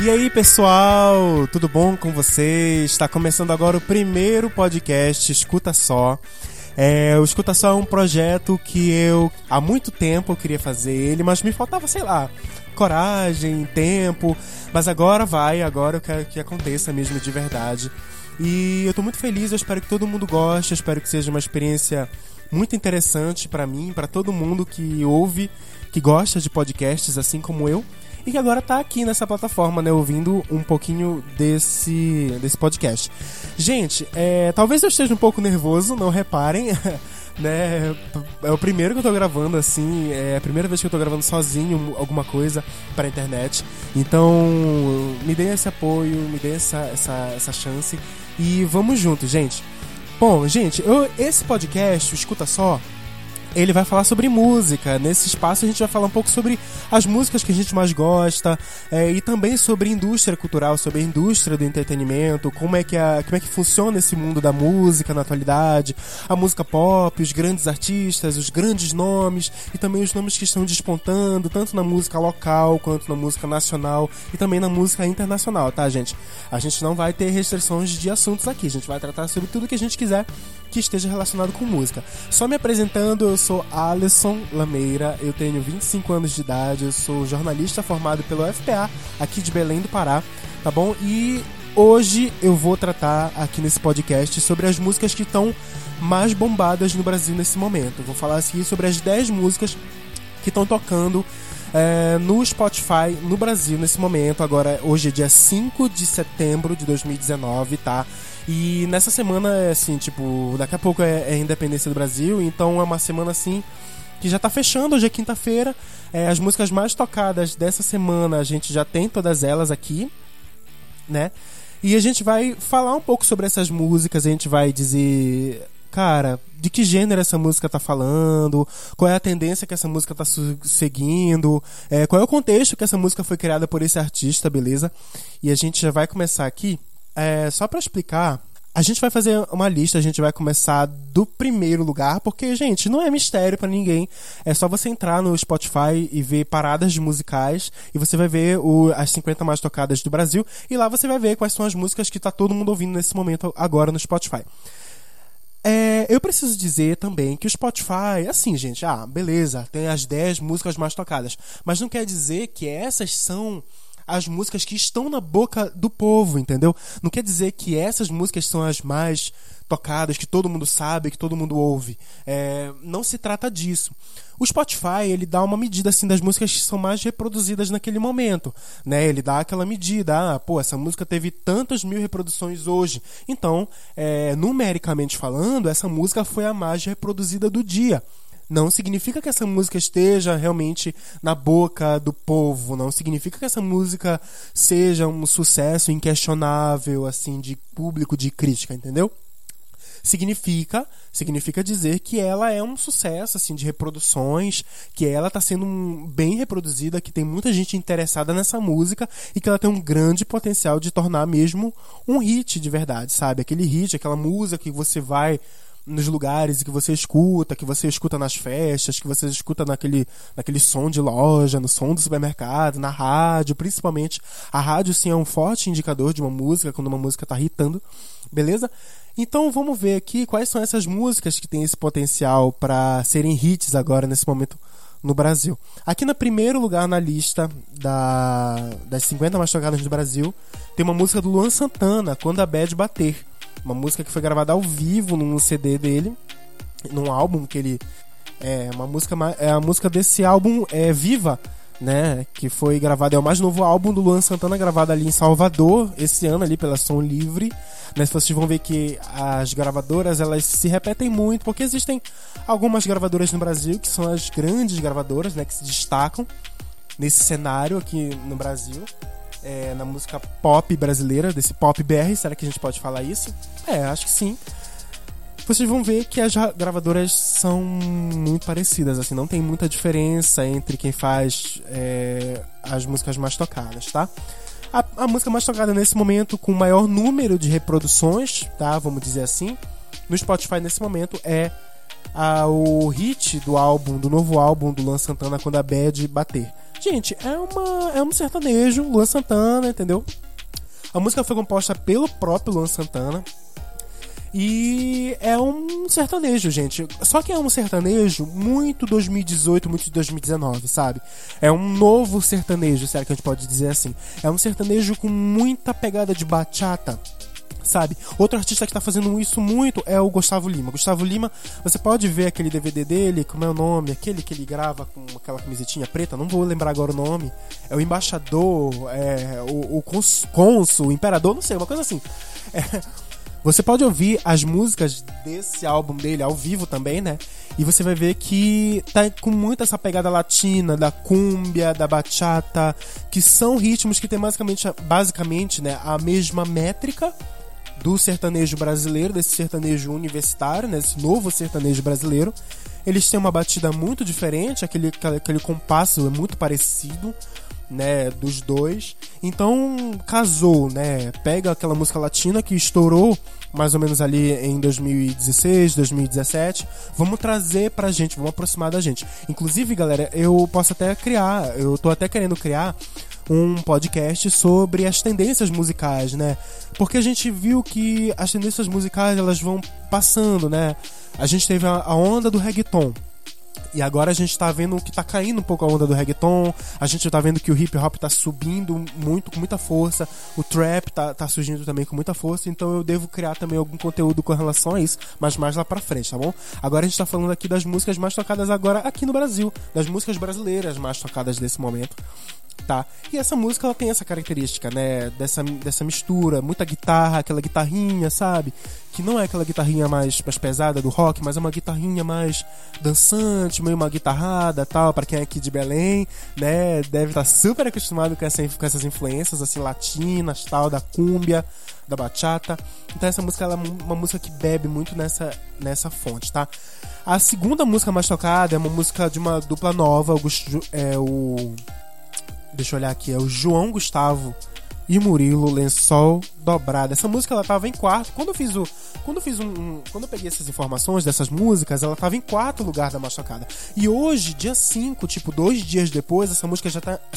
E aí, pessoal, tudo bom com vocês? Está começando agora o primeiro podcast Escuta Só. O Escuta Só é um projeto que eu, há muito tempo, eu queria fazer ele, mas me faltava, sei lá, coragem, tempo. Mas agora eu quero que aconteça mesmo de verdade. E eu tô muito feliz, eu espero que todo mundo goste, eu espero que seja uma experiência muito interessante pra mim, pra todo mundo que ouve, que gosta de podcasts assim como eu. E que agora tá aqui nessa plataforma, né, ouvindo um pouquinho desse podcast. Gente, talvez eu esteja um pouco nervoso, não reparem, né? É o primeiro que eu tô gravando, assim, é a primeira vez que eu tô gravando sozinho alguma coisa pra internet. Então, me deem esse apoio, me deem essa chance e vamos juntos, gente. Bom, gente, esse podcast, o Escuta Só, ele vai falar sobre música. Nesse espaço a gente vai falar um pouco sobre as músicas que a gente mais gosta, e também sobre indústria cultural, sobre a indústria do entretenimento, como é que funciona esse mundo da música na atualidade, a música pop, os grandes artistas, os grandes nomes e também os nomes que estão despontando, tanto na música local quanto na música nacional e também na música internacional, tá, gente? A gente não vai ter restrições de assuntos aqui, a gente vai tratar sobre tudo que a gente quiser que esteja relacionado com música. Só me apresentando, eu sou Alisson Lameira, eu tenho 25 anos de idade, eu sou jornalista formado pelo UFPA, aqui de Belém do Pará, tá bom? E hoje eu vou tratar aqui nesse podcast sobre as músicas que estão mais bombadas no Brasil nesse momento. Eu vou falar aqui sobre as 10 músicas que estão tocando no Spotify no Brasil nesse momento. Agora, hoje é dia 5 de setembro de 2019, tá? E nessa semana, assim, tipo, daqui a pouco é a independência do Brasil, então é uma semana, assim, que já tá fechando, hoje é quinta-feira. As músicas mais tocadas dessa semana, a gente já tem todas elas aqui, né? E a gente vai falar um pouco sobre essas músicas, a gente vai dizer, cara, de que gênero essa música tá falando, qual é a tendência que essa música tá seguindo, qual é o contexto que essa música foi criada por esse artista, beleza? E a gente já vai começar aqui. Só pra explicar, a gente vai fazer uma lista, a gente vai começar do primeiro lugar, porque, gente, não é mistério pra ninguém, é só você entrar no Spotify e ver paradas de musicais, e você vai ver as 50 mais tocadas do Brasil, e lá você vai ver quais são as músicas que tá todo mundo ouvindo nesse momento agora no Spotify. Eu preciso dizer também que o Spotify, assim, gente, beleza, tem as 10 músicas mais tocadas, mas não quer dizer que essas são as músicas que estão na boca do povo, entendeu? Não quer dizer que essas músicas são as mais tocadas, que todo mundo sabe, que todo mundo ouve. Não se trata disso. O Spotify, ele dá uma medida, assim, das músicas que são mais reproduzidas naquele momento, né? Ele dá aquela medida, essa música teve tantas mil reproduções hoje. Então, numericamente falando, essa música foi a mais reproduzida do dia. Não significa que essa música esteja realmente na boca do povo, não significa que essa música seja um sucesso inquestionável, assim, de público, de crítica, entendeu? Significa dizer que ela é um sucesso, assim, de reproduções, que ela está sendo bem reproduzida, que tem muita gente interessada nessa música e que ela tem um grande potencial de tornar mesmo um hit de verdade, sabe? Aquele hit, aquela música que você vai nos lugares que você escuta nas festas, que você escuta naquele som de loja, no som do supermercado, na rádio, principalmente. A rádio, sim, é um forte indicador de uma música, quando uma música tá hitando, beleza? Então vamos ver aqui quais são essas músicas que têm esse potencial para serem hits agora, nesse momento, no Brasil. Aqui no primeiro lugar na lista das 50 mais tocadas do Brasil, tem uma música do Luan Santana, Quando a Bad Bater. Uma música que foi gravada ao vivo num CD dele, num álbum que ele... a música desse álbum é Viva, né? Que foi gravado, é o mais novo álbum do Luan Santana, gravado ali em Salvador, esse ano, ali pela Som Livre. Mas vocês vão ver que as gravadoras, elas se repetem muito, porque existem algumas gravadoras no Brasil, que são as grandes gravadoras, né? Que se destacam nesse cenário aqui no Brasil. Na música pop brasileira, desse pop BR, será que a gente pode falar isso? Acho que sim. Vocês vão ver que as gravadoras são muito parecidas, assim, não tem muita diferença entre quem faz as músicas mais tocadas, tá? A música mais tocada nesse momento, com o maior número de reproduções, tá? Vamos dizer assim, no Spotify nesse momento é o hit do novo álbum do Luan Santana, Quando a Bad Bater. Gente, é um sertanejo, Luan Santana, entendeu? A música foi composta pelo próprio Luan Santana. E é um sertanejo, gente. Só que é um sertanejo muito 2018, muito 2019, sabe? É um novo sertanejo, será que a gente pode dizer assim? É um sertanejo com muita pegada de bachata, sabe? Outro artista que tá fazendo isso muito é o Gustavo Lima. Gustavo Lima, você pode ver aquele DVD dele, como é o nome? Aquele que ele grava com aquela camisetinha preta, não vou lembrar agora o nome. É o embaixador, o cônsul, o imperador, não sei, uma coisa assim. Você pode ouvir as músicas desse álbum dele ao vivo também, né? E você vai ver que tá com muito essa pegada latina, da cúmbia, da bachata, que são ritmos que tem basicamente, né, a mesma métrica do sertanejo brasileiro, desse sertanejo universitário, né, esse novo sertanejo brasileiro. Eles têm uma batida muito diferente, aquele compasso é muito parecido, né, dos dois. Então casou, né? Pega aquela música latina que estourou mais ou menos ali em 2016, 2017. Vamos trazer pra gente, vamos aproximar da gente. Inclusive, galera, eu tô até querendo criar um podcast sobre as tendências musicais, né? Porque a gente viu que as tendências musicais, elas vão passando, né? A gente teve a onda do reggaeton. E agora a gente tá vendo que tá caindo um pouco a onda do reggaeton. A gente tá vendo que o hip hop tá subindo muito, com muita força. O trap tá surgindo também com muita força. Então eu devo criar também algum conteúdo com relação a isso, mas mais lá pra frente, tá bom? Agora a gente tá falando aqui das músicas mais tocadas agora aqui no Brasil, das músicas brasileiras mais tocadas nesse momento, tá? E essa música, ela tem essa característica, né? Dessa mistura, muita guitarra, aquela guitarrinha, sabe? Que não é aquela guitarrinha mais pesada do rock, mas é uma guitarrinha mais dançante, meio uma guitarrada, tal. Pra quem é aqui de Belém, né? Deve estar super acostumado com essas influências, assim, latinas, tal, da cúmbia, da bachata. Então essa música, ela é uma música que bebe muito nessa fonte, tá? A segunda música mais tocada é uma música de uma dupla nova, deixa eu olhar aqui, é o João Gustavo e Murilo, Lençol Dobrado. Essa música, ela tava em quarto. Quando eu peguei essas informações dessas músicas, ela tava em quarto lugar da mais tocada. E hoje, dia 5, tipo 2 dias depois, essa música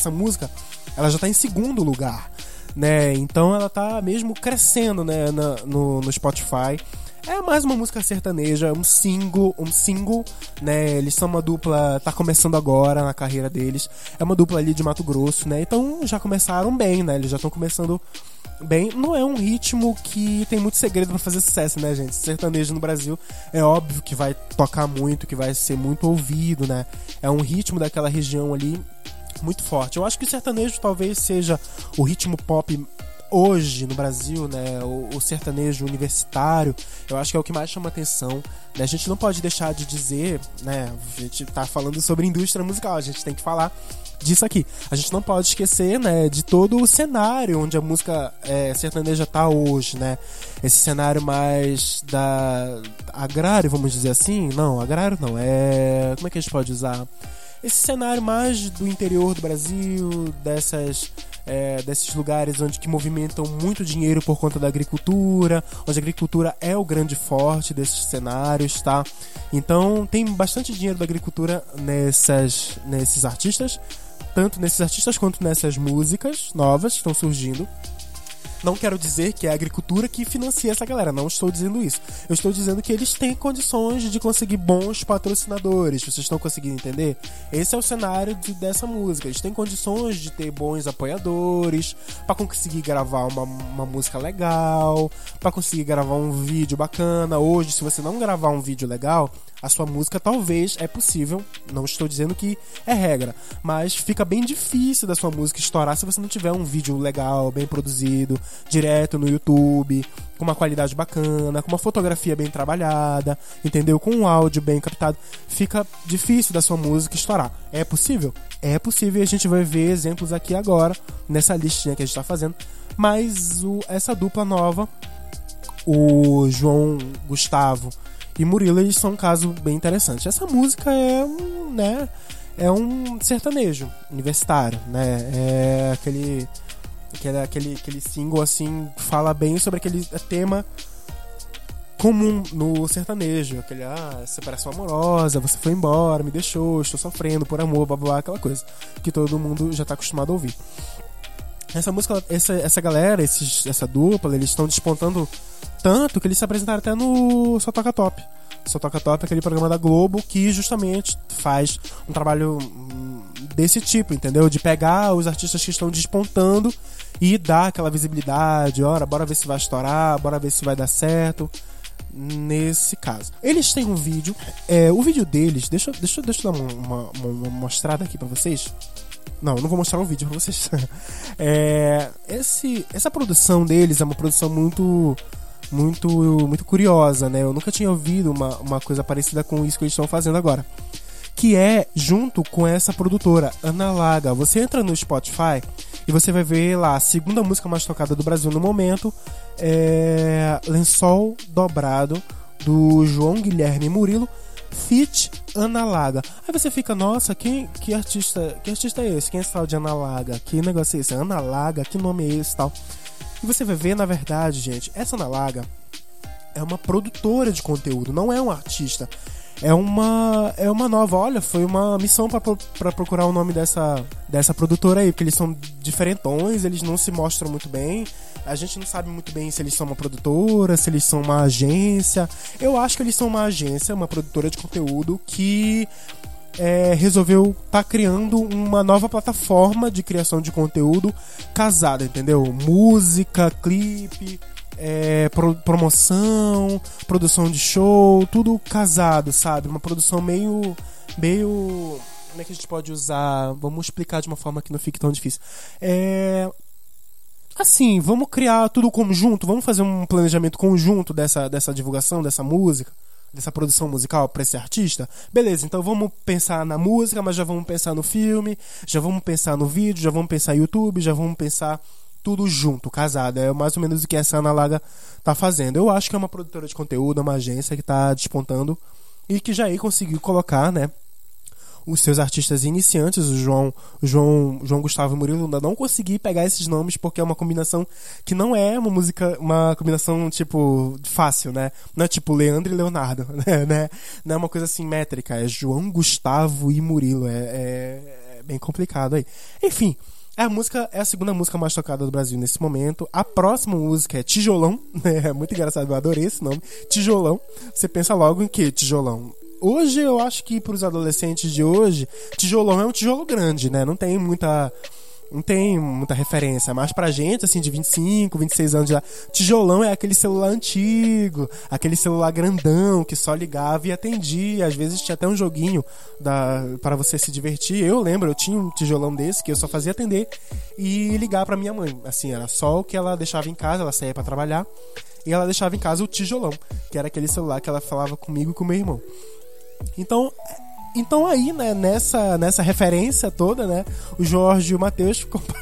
ela já tá em segundo lugar, né? Então ela tá mesmo crescendo, né, no Spotify. É mais uma música sertaneja, um single, né? Eles são uma dupla, tá começando agora na carreira deles. É uma dupla ali de Mato Grosso, né? Então já começaram bem, né? Eles já estão começando bem. Não é um ritmo que tem muito segredo pra fazer sucesso, né, gente? Sertanejo no Brasil é óbvio que vai tocar muito, que vai ser muito ouvido, né? É um ritmo daquela região ali muito forte. Eu acho que o sertanejo talvez seja o ritmo pop hoje no Brasil, né, o sertanejo universitário. Eu acho que é o que mais chama atenção, né? A gente não pode deixar de dizer, né, a gente tá falando sobre indústria musical, a gente tem que falar disso aqui. A gente não pode esquecer, né, de todo o cenário onde a música sertaneja tá hoje, né? Esse cenário mais agrário, vamos dizer assim. Não, agrário não, como é que a gente pode usar? Esse cenário mais do interior do Brasil, desses lugares que movimentam muito dinheiro por conta da agricultura, onde a agricultura é o grande forte desses cenários, tá? Então tem bastante dinheiro da agricultura nesses artistas, tanto nesses artistas quanto nessas músicas novas que estão surgindo. Não quero dizer que é a agricultura que financia essa galera, não estou dizendo isso. Eu estou dizendo que eles têm condições de conseguir bons patrocinadores. Vocês estão conseguindo entender? Esse é o cenário dessa música. Eles têm condições de ter bons apoiadores, para conseguir gravar uma música legal, para conseguir gravar um vídeo bacana. Hoje, se você não gravar um vídeo legal, a sua música talvez é possível, não estou dizendo que é regra, mas fica bem difícil da sua música estourar se você não tiver um vídeo legal, bem produzido, direto no YouTube, com uma qualidade bacana, com uma fotografia bem trabalhada, entendeu? Com um áudio bem captado. Fica difícil da sua música estourar. É possível? É possível, e a gente vai ver exemplos aqui agora, nessa listinha que a gente está fazendo. Mas essa dupla nova, o João Gustavo e Murilo, eles são um caso bem interessante. Essa música é um sertanejo universitário, né? É aquele single, assim, que fala bem sobre aquele tema comum no sertanejo, aquele, separação amorosa, você foi embora, me deixou, estou sofrendo por amor, blá blá, aquela coisa que todo mundo já tá acostumado a ouvir. Essa música, essa galera, essa dupla, eles estão despontando tanto que eles se apresentaram até no Só Toca Top. Só Toca Top é aquele programa da Globo que justamente faz um trabalho desse tipo, entendeu? De pegar os artistas que estão despontando e dar aquela visibilidade, bora ver se vai estourar, bora ver se vai dar certo. Nesse caso, eles têm um vídeo, o vídeo deles, deixa eu dar uma mostrada aqui pra vocês. Não vou mostrar um vídeo pra vocês. Essa produção deles é uma produção muito curiosa, né? Eu nunca tinha ouvido uma coisa parecida com isso que eles estão fazendo agora, que é junto com essa produtora, Ana Laga. Você entra no Spotify e você vai ver lá a segunda música mais tocada do Brasil no momento, Lençol Dobrado, do João Guilherme Murilo, feat. Ana Laga. Aí você fica, nossa, que artista é esse? Quem é esse tal de Ana Laga? Que negócio é esse? Ana Laga, que nome é esse e tal? E você vai ver, na verdade, gente, essa Ana Laga é uma produtora de conteúdo, não é um artista. É uma nova, olha, foi uma missão pra procurar o nome dessa produtora aí, porque eles são diferentões, eles não se mostram muito bem, a gente não sabe muito bem se eles são uma produtora, se eles são uma agência. Eu acho que eles são uma agência, uma produtora de conteúdo que resolveu tá criando uma nova plataforma de criação de conteúdo casada, entendeu? Música, clipe, promoção, produção de show, tudo casado, sabe? Uma produção meio... Como é que a gente pode usar? Vamos explicar de uma forma que não fique tão difícil. Assim, vamos criar tudo conjunto, vamos fazer um planejamento conjunto dessa divulgação, dessa música, dessa produção musical para esse artista. Beleza, então vamos pensar na música, mas já vamos pensar no filme, já vamos pensar no vídeo, já vamos pensar no YouTube, já vamos pensar tudo junto, casado. É mais ou menos o que essa Ana Laga tá fazendo. Eu acho que é uma produtora de conteúdo, uma agência que tá despontando e que já aí conseguiu colocar, né, os seus artistas iniciantes, o João Gustavo e Murilo. Ainda não consegui pegar esses nomes porque é uma combinação que não é uma combinação tipo fácil, né? Não é tipo Leandro e Leonardo, né? Não é uma coisa assim métrica, é João Gustavo e Murilo. É bem complicado aí. Enfim, a música é a segunda música mais tocada do Brasil nesse momento. A próxima música é Tijolão, né? É muito engraçado, eu adorei esse nome, Tijolão. Você pensa logo em que Tijolão? Hoje eu acho que para os adolescentes de hoje, tijolão é um tijolo grande, né? Não tem muita referência, mas pra gente, assim, de 25, 26 anos já, tijolão é aquele celular antigo, aquele celular grandão que só ligava e atendia. Às vezes tinha até um joguinho para você se divertir. Eu lembro, eu tinha um tijolão desse que eu só fazia atender e ligar pra minha mãe. Assim, era só o que ela deixava em casa, ela saía pra trabalhar e ela deixava em casa o tijolão, que era aquele celular que ela falava comigo e com meu irmão. Então aí, né, nessa referência toda, né, o Jorge e o Matheus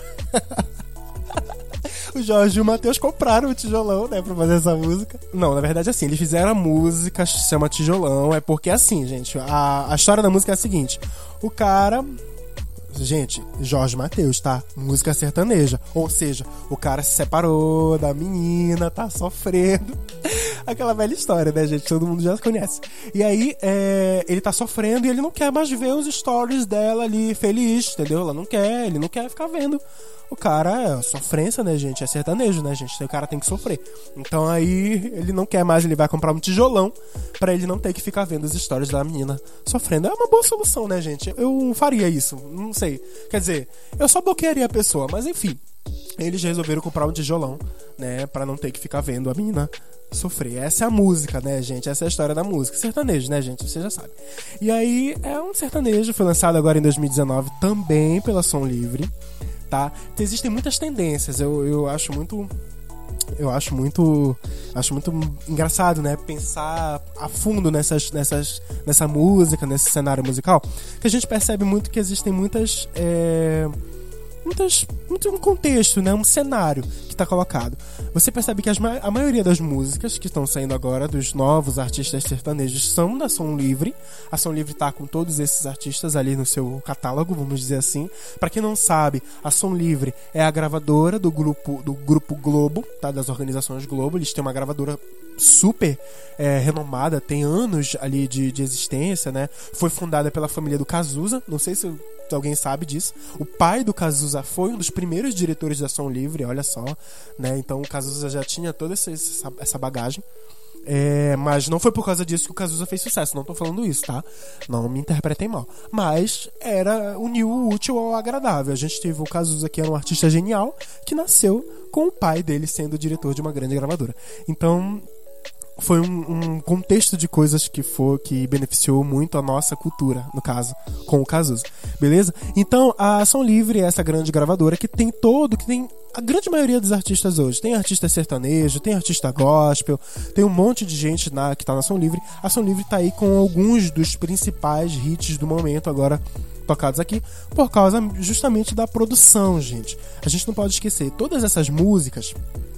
compraram o tijolão, né, pra fazer essa música. Não, na verdade, assim, eles fizeram a música, se chama Tijolão, é porque, assim, gente, a história da música é a seguinte: o cara... Gente, Jorge Mateus, tá? Música sertaneja. Ou seja, o cara se separou da menina, tá sofrendo. Aquela velha história, né, gente? Todo mundo já conhece. E aí, ele tá sofrendo e ele não quer mais ver os stories dela ali feliz, entendeu? Ele não quer ficar vendo. O cara, sofrência, né, gente? É sertanejo, né, gente? O cara tem que sofrer. Então aí, ele não quer mais, ele vai comprar um tijolão pra ele não ter que ficar vendo os stories da menina sofrendo. É uma boa solução, né, gente? Eu faria isso, não sei. Quer dizer, eu só bloquearia a pessoa, mas enfim. Eles resolveram comprar um tijolão, né, pra não ter que ficar vendo a menina sofrer. Essa é a música, né, gente? Essa é a história da música. Sertanejo, né, gente? Você já sabe. E aí, é um sertanejo, foi lançado agora em 2019 também pela Som Livre. Tá? Então, existem muitas tendências. Eu acho muito engraçado, né, pensar a fundo nessa música, nesse cenário musical, que a gente percebe muito que existem muitas muito um contexto, né? Um cenário que está colocado. Você percebe que a maioria das músicas que estão saindo agora dos novos artistas sertanejos são da Som Livre. A Som Livre tá com todos esses artistas ali no seu catálogo, vamos dizer assim. Para quem não sabe, a Som Livre é a gravadora do grupo Globo, tá? Das organizações Globo. Eles têm uma gravadora super renomada, tem anos ali de existência, né? Foi fundada pela família do Cazuza, não sei se alguém sabe disso. O pai do Cazuza foi um dos primeiros diretores da Som Livre, olha só, né? Então o Cazuza já tinha toda essa bagagem. Mas não foi por causa disso que o Cazuza fez sucesso. Não tô falando isso, tá? Não me interpretem mal. Mas uniu o útil ao agradável. A gente teve o Cazuza, que era um artista genial, que nasceu com o pai dele sendo diretor de uma grande gravadora. Então foi um contexto de coisas que beneficiou muito a nossa cultura, no caso, com o Cazuza, beleza? Então a Som Livre é essa grande gravadora que tem a grande maioria dos artistas hoje. Tem artista sertanejo, tem artista gospel, tem um monte de gente que tá na Som Livre. A Som Livre tá aí com alguns dos principais hits do momento agora tocados aqui, por causa justamente da produção, gente. A gente não pode esquecer, todas essas músicas,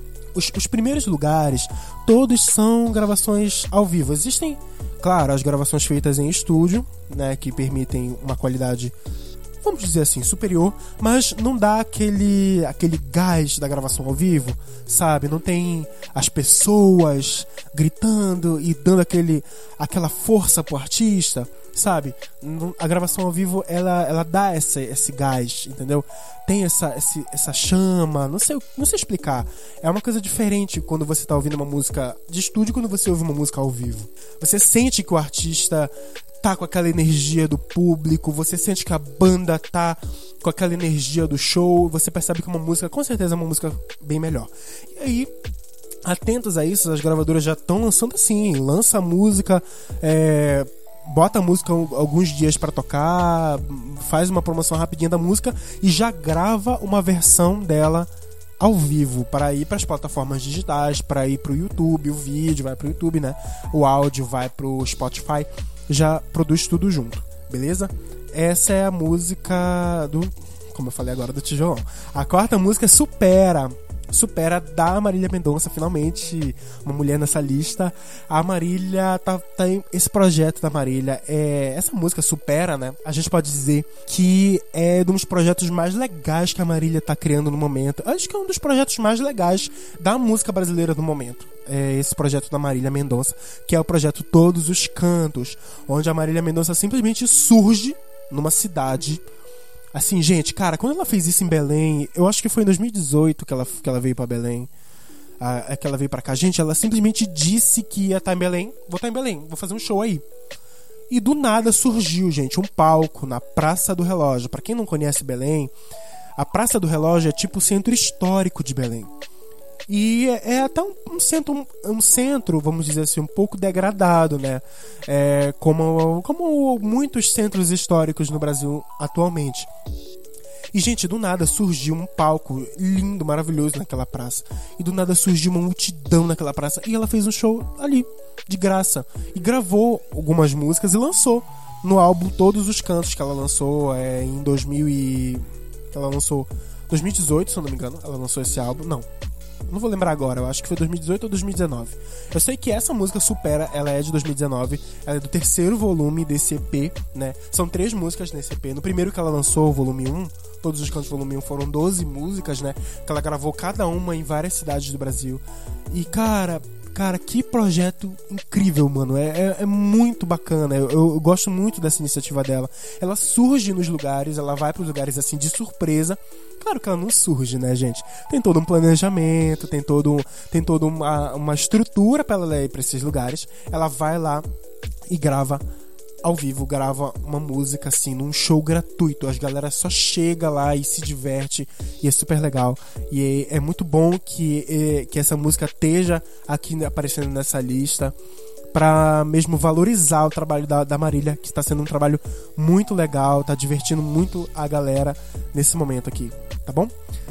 os primeiros lugares, todos são gravações ao vivo. Existem, claro, as gravações feitas em estúdio, né, que permitem uma qualidade, vamos dizer assim, superior, mas não dá aquele gás da gravação ao vivo, sabe? Não tem as pessoas gritando e dando aquela força pro artista, sabe? A gravação ao vivo, ela dá esse gás, entendeu? Tem essa chama, não sei explicar. É uma coisa diferente quando você tá ouvindo uma música de estúdio, quando você ouve uma música ao vivo. Você sente que o artista tá com aquela energia do público, você sente que a banda tá com aquela energia do show, você percebe que uma música, com certeza, é uma música bem melhor. E aí, atentos a isso, as gravadoras já estão lançando assim, lança a música, bota a música alguns dias pra tocar, faz uma promoção rapidinha da música e já grava uma versão dela ao vivo para ir para as plataformas digitais, para ir pro YouTube, o vídeo vai pro YouTube, né? O áudio vai pro Spotify, já produz tudo junto, beleza? Essa é a música como eu falei agora, do Tijolão. A quarta música é Supera, da Marília Mendonça, finalmente uma mulher nessa lista. A Marília tá em esse projeto da Marília, essa música Supera, né? A gente pode dizer que é um dos projetos mais legais que a Marília tá criando no momento. Acho que é um dos projetos mais legais da música brasileira no momento. É esse projeto da Marília Mendonça, que é o projeto Todos os Cantos, onde a Marília Mendonça simplesmente surge numa cidade. Assim, gente, cara, quando ela fez isso em Belém, eu acho que foi em 2018 que ela veio pra Belém, que ela veio pra cá. Gente, ela simplesmente disse que ia estar em Belém. Vou estar em Belém, vou fazer um show aí. E do nada surgiu, gente, um palco na Praça do Relógio. Pra quem não conhece Belém, a Praça do Relógio é tipo o centro histórico de Belém. E é até um centro, vamos dizer assim, um pouco degradado, né? Como muitos centros históricos no Brasil atualmente. E, gente, do nada surgiu um palco lindo, maravilhoso naquela praça. E do nada surgiu uma multidão naquela praça. E ela fez um show ali, de graça. E gravou algumas músicas e lançou no álbum Todos os Cantos, que ela lançou em 2018, se eu não me engano. Ela lançou esse álbum. Não vou lembrar agora, eu acho que foi 2018 ou 2019. Eu sei que essa música Supera, ela é de 2019, ela é do terceiro volume desse EP, né? São 3 músicas nesse EP. No primeiro que ela lançou, o volume 1, Todos os Cantos volume 1, foram 12 músicas, né? Que ela gravou cada uma em várias cidades do Brasil. E, cara, que projeto incrível, mano. É muito bacana. Eu gosto muito dessa iniciativa dela. Ela surge nos lugares, ela vai pros lugares assim de surpresa. Claro que ela não surge, né, gente? Tem todo um planejamento, tem toda uma estrutura pra ela ir pra esses lugares. Ela vai lá e grava ao vivo, grava uma música assim, num show gratuito. As galera só chega lá e se diverte, e é super legal. E é muito bom que essa música esteja aqui aparecendo nessa lista, pra mesmo valorizar o trabalho da Marília, que está sendo um trabalho muito legal, tá divertindo muito a galera nesse momento aqui, tá bom?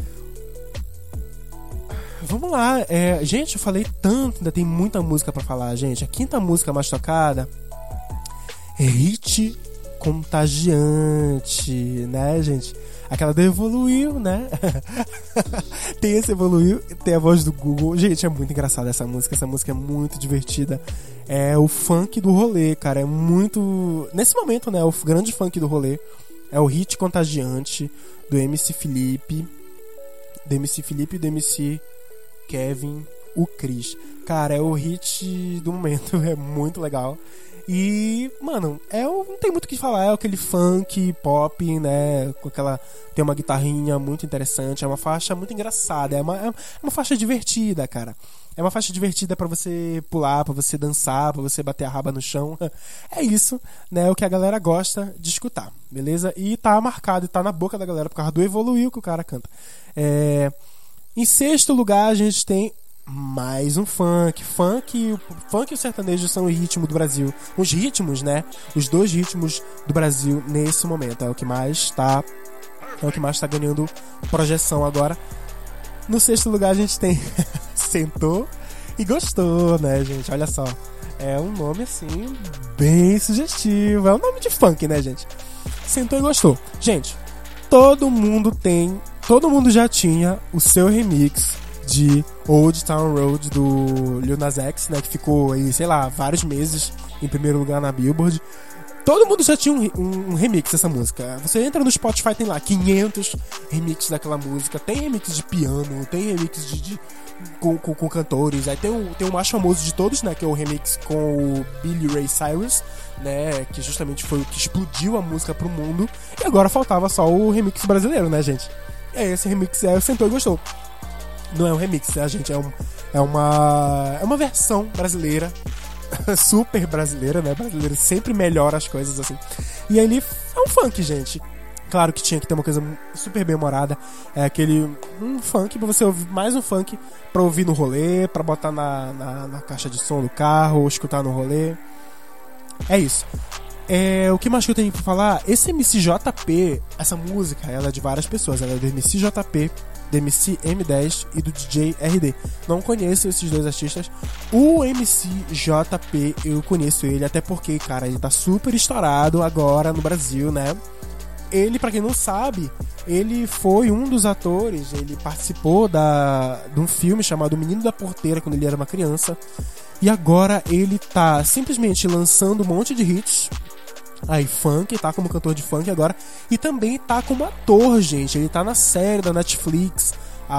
Vamos lá, gente, eu falei tanto, ainda tem muita música pra falar, gente. A quinta música mais tocada é Hit Contagiante, né, gente? Aquela do Evoluiu, né? Tem esse Evoluiu, tem a voz do Google. Gente, é muito engraçada essa música é muito divertida. É o funk do rolê, cara, é muito... Nesse momento, né, o grande funk do rolê é o hit contagiante do MC Felipe, do MC Kevin, o Cris. Cara, é o hit do momento, é muito legal. E, mano, não tem muito o que falar. É aquele funk, pop, né? Com aquela... Tem uma guitarrinha muito interessante. É uma faixa muito engraçada. É uma faixa divertida, cara. É uma faixa divertida pra você pular, pra você dançar, pra você bater a raba no chão. É isso, né? O que a galera gosta de escutar, beleza? E tá marcado, e tá na boca da galera por causa do Evoluiu que o cara canta. Em sexto lugar, a gente tem mais um funk. Funk e o sertanejo são o ritmo do Brasil. Os ritmos, né? Os dois ritmos do Brasil nesse momento. É o que mais tá ganhando projeção agora. No sexto lugar a gente tem Sentou e Gostou, né, gente? Olha só. É um nome, assim, bem sugestivo. É um nome de funk, né, gente? Sentou e Gostou. Gente, todo mundo já tinha o seu remix de Old Town Road do Lil Nas X, né, que ficou aí, sei lá, vários meses em primeiro lugar na Billboard. Todo mundo já tinha um remix dessa música. Você entra no Spotify, tem lá 500 remixes daquela música. Tem remix de piano, tem remix com cantores. Aí tem o mais famoso de todos, né, que é o remix com o Billy Ray Cyrus, né, que justamente foi o que explodiu a música pro mundo. E agora faltava só o remix brasileiro, né, gente? Esse remix Sentou e Gostou. Não é um remix, né, gente? É uma versão brasileira, super brasileira, né? Brasileiro sempre melhora as coisas, assim. E ele é um funk, gente. Claro que tinha que ter uma coisa super bem humorada. É um funk pra você ouvir, mais um funk pra ouvir no rolê, pra botar na caixa de som do carro, ou escutar no rolê. É isso. O que mais que eu tenho pra falar? Esse MCJP, essa música, ela é de várias pessoas. Ela é do MCJP, do MC M10 e do DJ RD. Não conheço esses dois artistas. O MCJP, eu conheço ele, até porque, cara, ele tá super estourado agora no Brasil, né? Ele, pra quem não sabe, ele foi um dos atores. Ele participou de um filme chamado O Menino da Porteira, quando ele era uma criança. E agora ele tá simplesmente lançando um monte de hits aí, funk, tá como cantor de funk agora. E também tá como ator, gente. Ele tá na série da Netflix,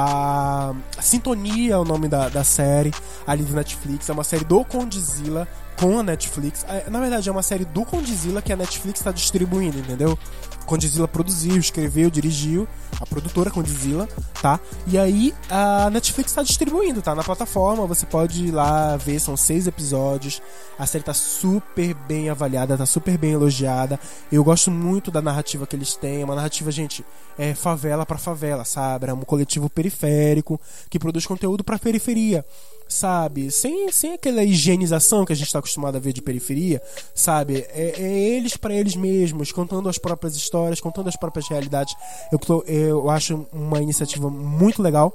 a Sintonia é o nome da série ali do Netflix. É uma série do Condzilla com a Netflix. Na verdade é uma série do Condzilla que a Netflix tá distribuindo, entendeu? Condzilla produziu, escreveu, dirigiu, a produtora Condzilla, tá? E aí a Netflix tá distribuindo, tá? Na plataforma, você pode ir lá ver, são 6 episódios. A série tá super bem avaliada, tá super bem elogiada. Eu gosto muito da narrativa que eles têm. É uma narrativa, gente, favela pra favela, sabe? É um coletivo periférico que produz conteúdo pra periferia, sabe? Sem aquela higienização que a gente tá acostumado a ver de periferia, sabe? Eles pra eles mesmos, contando as próprias histórias, contando as próprias realidades. Eu acho uma iniciativa muito legal.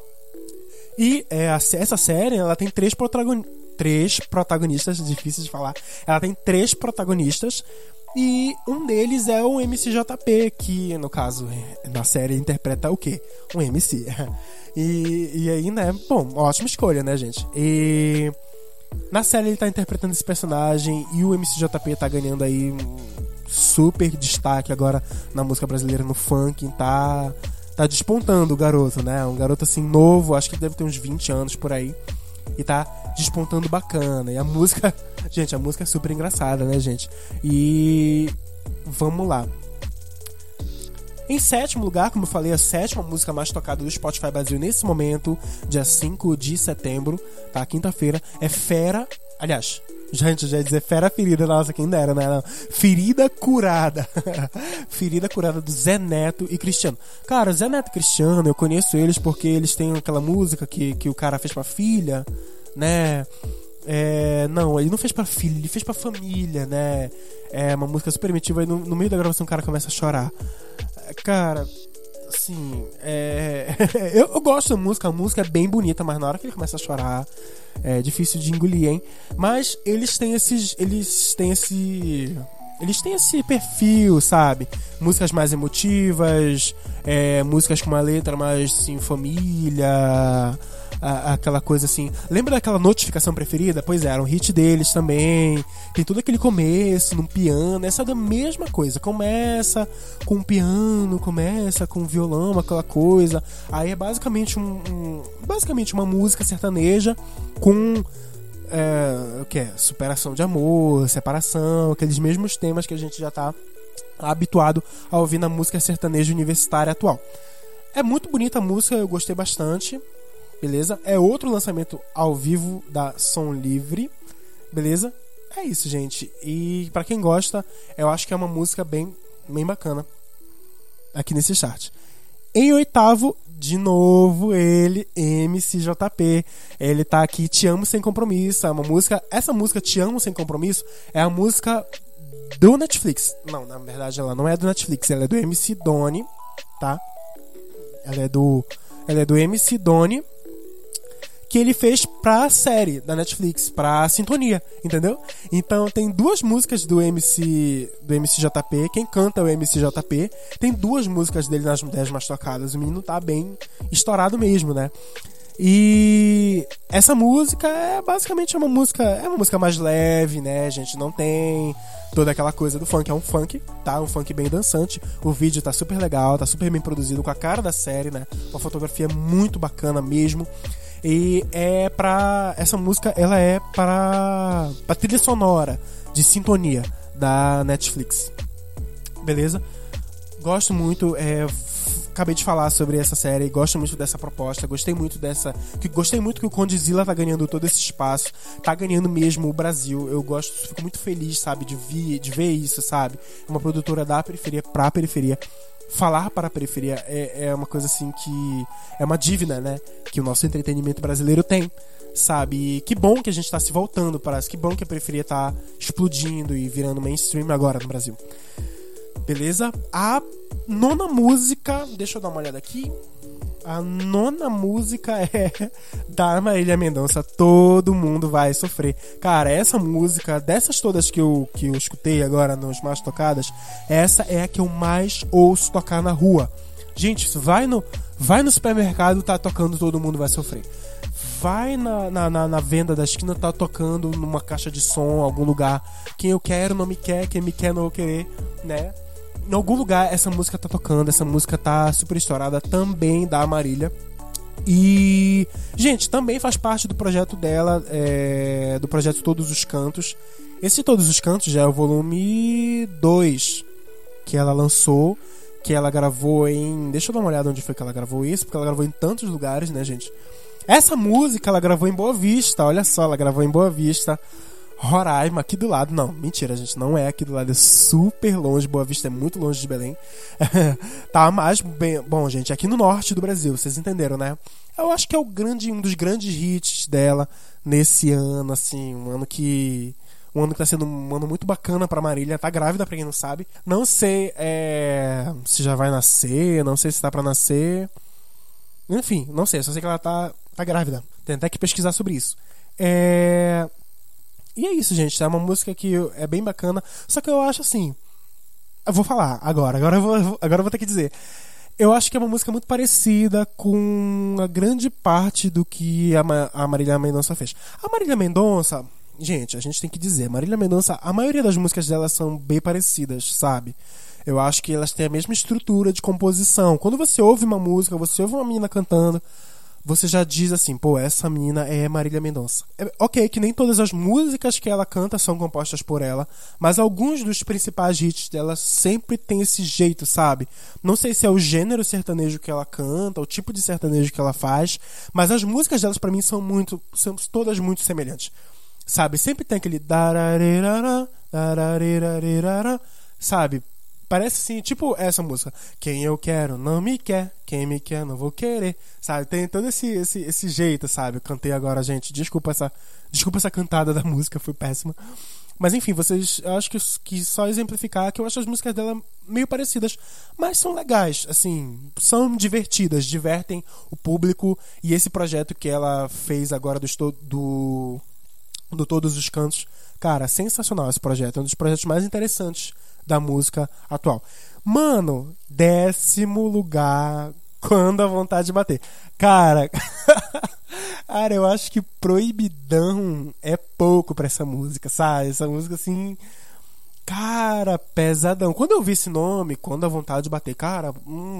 E essa série, ela tem três protagonistas, difíceis de falar. Ela tem 3 protagonistas. E um deles é o MCJP, que no caso na série interpreta o quê? Um MC. E aí, né, bom, ótima escolha, né, gente? E na série ele tá interpretando esse personagem e o MCJP tá ganhando aí um super destaque agora na música brasileira, no funk. Tá despontando o garoto, né? Um garoto assim novo, acho que deve ter uns 20 anos por aí. E tá despontando bacana. E a música, gente, a música é super engraçada, né, gente? E vamos lá. Em 7º lugar, como eu falei, a 7ª música mais tocada do Spotify Brasil nesse momento, dia 5 de setembro, tá? Quinta-feira, é Fera. Aliás, gente, já ia dizer Fera Ferida, nossa, quem dera, né? Não. Ferida Curada. Ferida Curada do Zé Neto e Cristiano. Cara, Zé Neto e Cristiano, eu conheço eles porque eles têm aquela música que o cara fez pra filha, né? Não, ele não fez pra filha, ele fez pra família, né? É uma música super emotiva e no meio da gravação o cara começa a chorar. Cara, assim, eu gosto da música, a música é bem bonita, mas na hora que ele começa a chorar é difícil de engolir, hein? Mas eles têm esse eles têm esse perfil, sabe? Músicas mais emotivas, músicas com uma letra mais, assim, família, aquela coisa assim. Lembra daquela Notificação Preferida? Pois é, era um hit deles também. Tem todo aquele começo num piano. Essa é da mesma coisa. Começa com um piano, começa com um violão, aquela coisa. Aí é basicamente basicamente uma música sertaneja com o que é? Superação de amor, separação, aqueles mesmos temas que a gente já tá habituado a ouvir na música sertaneja universitária atual. É muito bonita a música, eu gostei bastante. Beleza? É outro lançamento ao vivo da Som Livre. Beleza? É isso, gente. E pra quem gosta, eu acho que é uma música bem bacana aqui nesse chart. Em oitavo, de novo, ele, MCJP. Ele tá aqui, Te Amo Sem Compromisso. É uma música. Essa música, Te Amo Sem Compromisso, é a música do Netflix. Não, na verdade, ela não é do Netflix, ela é do MC Doni, tá? Ela é do MC Doni, que ele fez pra série da Netflix, pra Sintonia, entendeu? Então tem duas músicas do MCJP, quem canta é o MCJP, tem duas músicas dele nas 10 mais tocadas, o menino tá bem estourado mesmo, né? E essa música é basicamente uma música mais leve, né, gente? Não tem toda aquela coisa do funk, é um funk, tá? Um funk bem dançante. O vídeo tá super legal, tá super bem produzido, com a cara da série, né? Uma fotografia muito bacana mesmo. E essa música, ela é pra trilha sonora de Sintonia da Netflix. Beleza? Gosto muito, acabei de falar sobre essa série, gosto muito dessa proposta, gostei muito que o Condzilla tá ganhando todo esse espaço, tá ganhando mesmo o Brasil. Eu gosto, fico muito feliz, sabe, de ver isso, sabe? Uma produtora da periferia pra periferia. Falar para a periferia é uma coisa assim que é uma dívida, né, que o nosso entretenimento brasileiro tem, sabe? E que bom que a gente tá se voltando para isso, que bom que a periferia tá explodindo e virando mainstream agora no Brasil. Beleza? A nona música, deixa eu dar uma olhada aqui. A nona música é da Marília Mendonça, Todo Mundo Vai Sofrer. Cara, essa música, dessas todas que eu escutei agora nos mais tocadas, essa é a que eu mais ouço tocar na rua. Gente, vai no supermercado, tá tocando Todo Mundo Vai Sofrer. Vai na venda da esquina, tá tocando numa caixa de som, algum lugar. Quem eu quero não me quer, quem me quer não vou querer, né? Em algum lugar essa música tá tocando, essa música tá super estourada, também da Marília. E, gente, também faz parte do projeto dela, do projeto Todos os Cantos. Esse Todos os Cantos já é o volume 2 que ela lançou, que ela gravou em... Deixa eu dar uma olhada onde foi que ela gravou isso, porque ela gravou em tantos lugares, né, gente? Essa música ela gravou em Boa Vista, olha só, ela gravou em Boa Vista, Roraima, aqui do lado. Não, mentira, gente, não é aqui do lado, é super longe. Boa Vista é muito longe de Belém. Tá, mas bem, bom, gente, aqui no norte do Brasil, vocês entenderam, né? Eu acho que é um dos grandes hits dela nesse ano, assim, um ano que tá sendo um ano muito bacana pra Marília. Tá grávida, pra quem não sabe. Não sei se já vai nascer, não sei se tá pra nascer. Enfim, não sei, só sei que ela tá grávida. Tem até que pesquisar sobre isso. E é isso, gente. É uma música que é bem bacana. Só que eu acho assim... Eu vou falar agora eu vou ter que dizer. Eu acho que é uma música muito parecida com a grande parte do que a Marília Mendonça fez. A Marília Mendonça... Gente, a gente tem que dizer. Marília Mendonça, a maioria das músicas dela são bem parecidas, sabe? Eu acho que elas têm a mesma estrutura de composição. Quando você ouve uma música, você ouve uma menina cantando... Você já diz assim, pô, essa menina é Marília Mendonça. Ok, que nem todas as músicas que ela canta são compostas por ela, mas alguns dos principais hits dela sempre tem esse jeito, sabe? Não sei se é o gênero sertanejo que ela canta, o tipo de sertanejo que ela faz, mas as músicas delas pra mim são todas muito semelhantes, sabe? Sempre tem aquele sabe? Parece assim, tipo essa música. Quem eu quero não me quer, quem me quer não vou querer, sabe? Tem todo esse jeito, sabe? Eu cantei agora, gente. Desculpa essa cantada da música, foi péssima. Mas enfim, eu acho que só exemplificar que eu acho as músicas dela meio parecidas, mas são legais, assim, são divertidas, divertem o público. E esse projeto que ela fez agora do Todos os Cantos Cara, sensacional esse projeto. É um dos projetos mais interessantes da música atual. Mano, 10º lugar, Quando a Vontade de Bater. Cara, cara, eu acho que Proibidão é pouco pra essa música, sabe? Essa música, assim, cara, pesadão. Quando eu vi esse nome, Quando a Vontade de Bater, cara,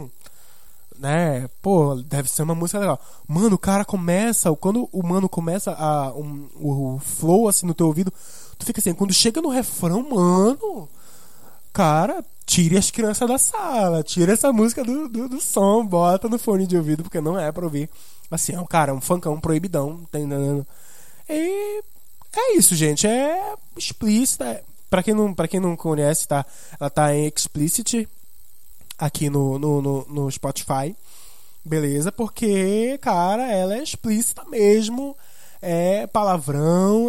né, pô, deve ser uma música legal. Mano, o cara começa, quando o mano começa o flow, assim, no teu ouvido, tu fica assim, quando chega no refrão, mano, cara, tire as crianças da sala, tira essa música do som, bota no fone de ouvido, porque não é pra ouvir. Assim, cara, um funkão proibidão, tá entendendo? E é isso, gente, é explícita. Pra quem não conhece, tá? Ela tá em Explicit aqui no Spotify, beleza? Porque, cara, ela é explícita mesmo. É palavrão,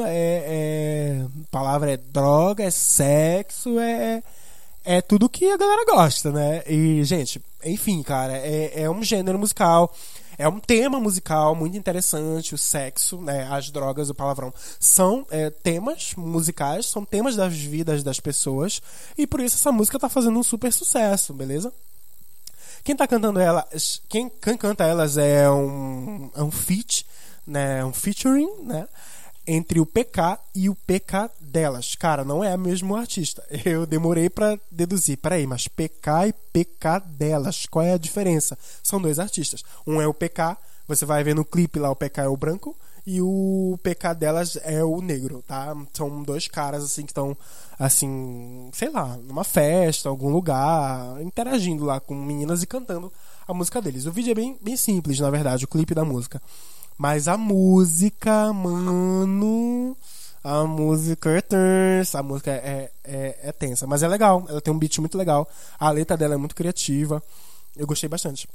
palavra é droga, é sexo, é tudo que a galera gosta, né? E, gente, enfim, cara, é um gênero musical, é um tema musical muito interessante. O sexo, né, as drogas, o palavrão são temas musicais, são temas das vidas das pessoas, e por isso essa música tá fazendo um super sucesso, beleza? Quem tá cantando elas, quem canta elas é um feat, né, um featuring, né, entre o PK e o PK delas. Cara, não é o mesmo artista. Eu demorei pra deduzir. Peraí, mas PK e PK delas, qual é a diferença? São dois artistas. Um é o PK, você vai ver no clipe lá, o PK é o branco, e o PK delas é o negro, tá? São dois caras, assim, que estão, assim, sei lá, numa festa, algum lugar, interagindo lá com meninas e cantando a música deles. O vídeo é bem simples, na verdade, o clipe da música. Mas a música, mano, a música é tensa, a música é tensa, mas é legal, ela tem um beat muito legal, a letra dela é muito criativa, eu gostei bastante.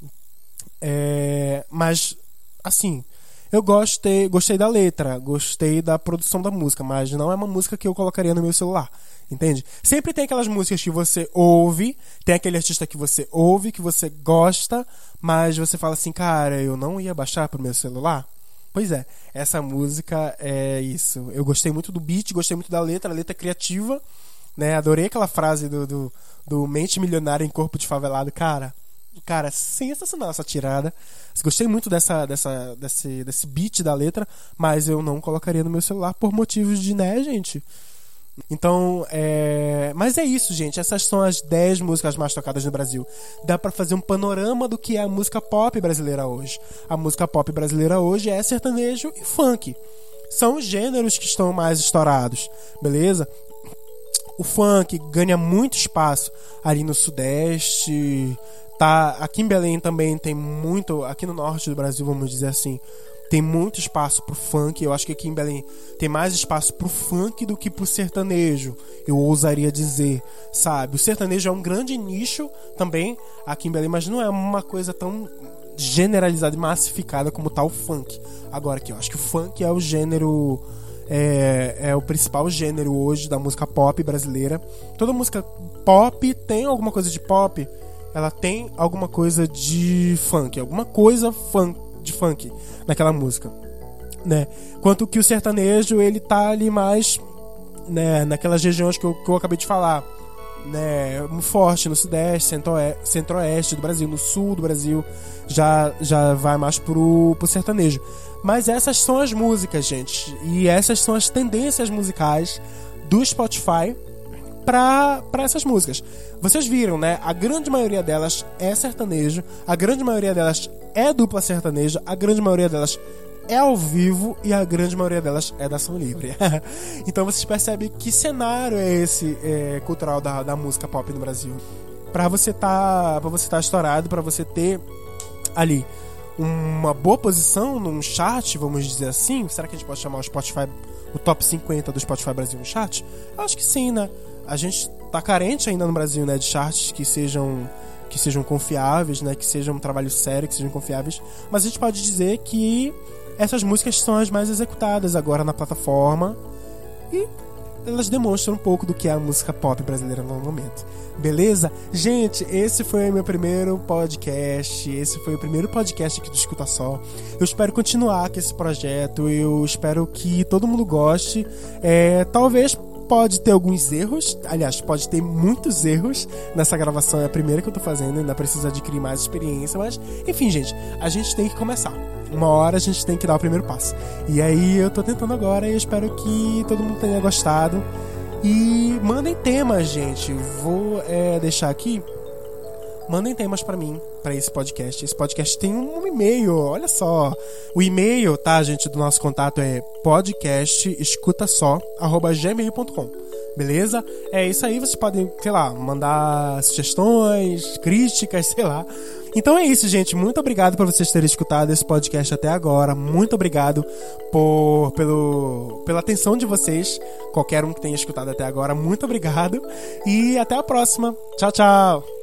Mas, assim, eu gostei da letra, gostei da produção da música, mas não é uma música que eu colocaria no meu celular, entende? Sempre tem aquelas músicas que você ouve, tem aquele artista que você ouve, que você gosta, mas você fala assim, cara, eu não ia baixar pro meu celular. Pois é, essa música é isso. Eu gostei muito do beat, gostei muito da letra, a letra é criativa, né? Adorei aquela frase do mente milionária em corpo de favelado. Cara, sensacional essa tirada. Gostei muito desse beat da letra, mas eu não colocaria no meu celular por motivos de, né, gente? Então, mas é isso, gente. Essas são as 10 músicas mais tocadas no Brasil. Dá pra fazer um panorama do que é a música pop brasileira hoje. A música pop brasileira hoje é sertanejo e funk. São os gêneros que estão mais estourados, beleza? O funk ganha muito espaço ali no Sudeste. Tá, aqui em Belém também tem muito. Aqui no Norte do Brasil, vamos dizer assim, tem muito espaço pro funk. Eu acho que aqui em Belém tem mais espaço pro funk do que pro sertanejo, eu ousaria dizer, sabe? O sertanejo é um grande nicho também aqui em Belém, mas não é uma coisa tão generalizada e massificada como tá o funk. Agora aqui, eu acho que o funk é o gênero, é o principal gênero hoje da música pop brasileira. Toda música pop tem alguma coisa de pop, ela tem alguma coisa de funk, alguma coisa de funk naquela música, né? Quanto que o sertanejo, ele tá ali mais, né, naquelas regiões que eu acabei de falar, né, forte no Sudeste, Centro-Oeste do Brasil, no Sul do Brasil já vai mais pro sertanejo. Mas essas são as músicas, gente, e essas são as tendências musicais do Spotify para essas músicas. Vocês viram, né? A grande maioria delas é sertanejo, a grande maioria delas é dupla sertaneja, a grande maioria delas é ao vivo e a grande maioria delas é da ação livre. Então vocês percebem que cenário é esse cultural da música pop no Brasil. Pra você tá estourado, pra você ter ali uma boa posição num chart, vamos dizer assim. Será que a gente pode chamar o top 50 do Spotify Brasil no chart? Eu acho que sim, né? A gente tá carente ainda no Brasil, né, de charts que sejam confiáveis, né, que sejam um trabalho sério, que sejam confiáveis. Mas a gente pode dizer que essas músicas são as mais executadas agora na plataforma e elas demonstram um pouco do que é a música pop brasileira no momento. Beleza? Gente, esse foi o meu primeiro podcast. Esse foi o primeiro podcast aqui do Escuta Só. Eu espero continuar com esse projeto. Eu espero que todo mundo goste. Talvez pode ter alguns erros, aliás, pode ter muitos erros. Nessa gravação é a primeira que eu tô fazendo, ainda preciso adquirir mais experiência, mas enfim, gente, a gente tem que começar. Uma hora a gente tem que dar o primeiro passo. E aí eu tô tentando agora e eu espero que todo mundo tenha gostado. E mandem temas, gente. Vou deixar aqui. Mandem temas pra mim, pra esse podcast. Esse podcast tem um e-mail, olha só. O e-mail, tá, gente, do nosso contato é podcastescutasó@gmail.com. Beleza? É isso aí, vocês podem, sei lá, mandar sugestões, críticas, sei lá. Então é isso, gente. Muito obrigado por vocês terem escutado esse podcast até agora. Muito obrigado pela atenção de vocês. Qualquer um que tenha escutado até agora, muito obrigado. E até a próxima. Tchau, tchau.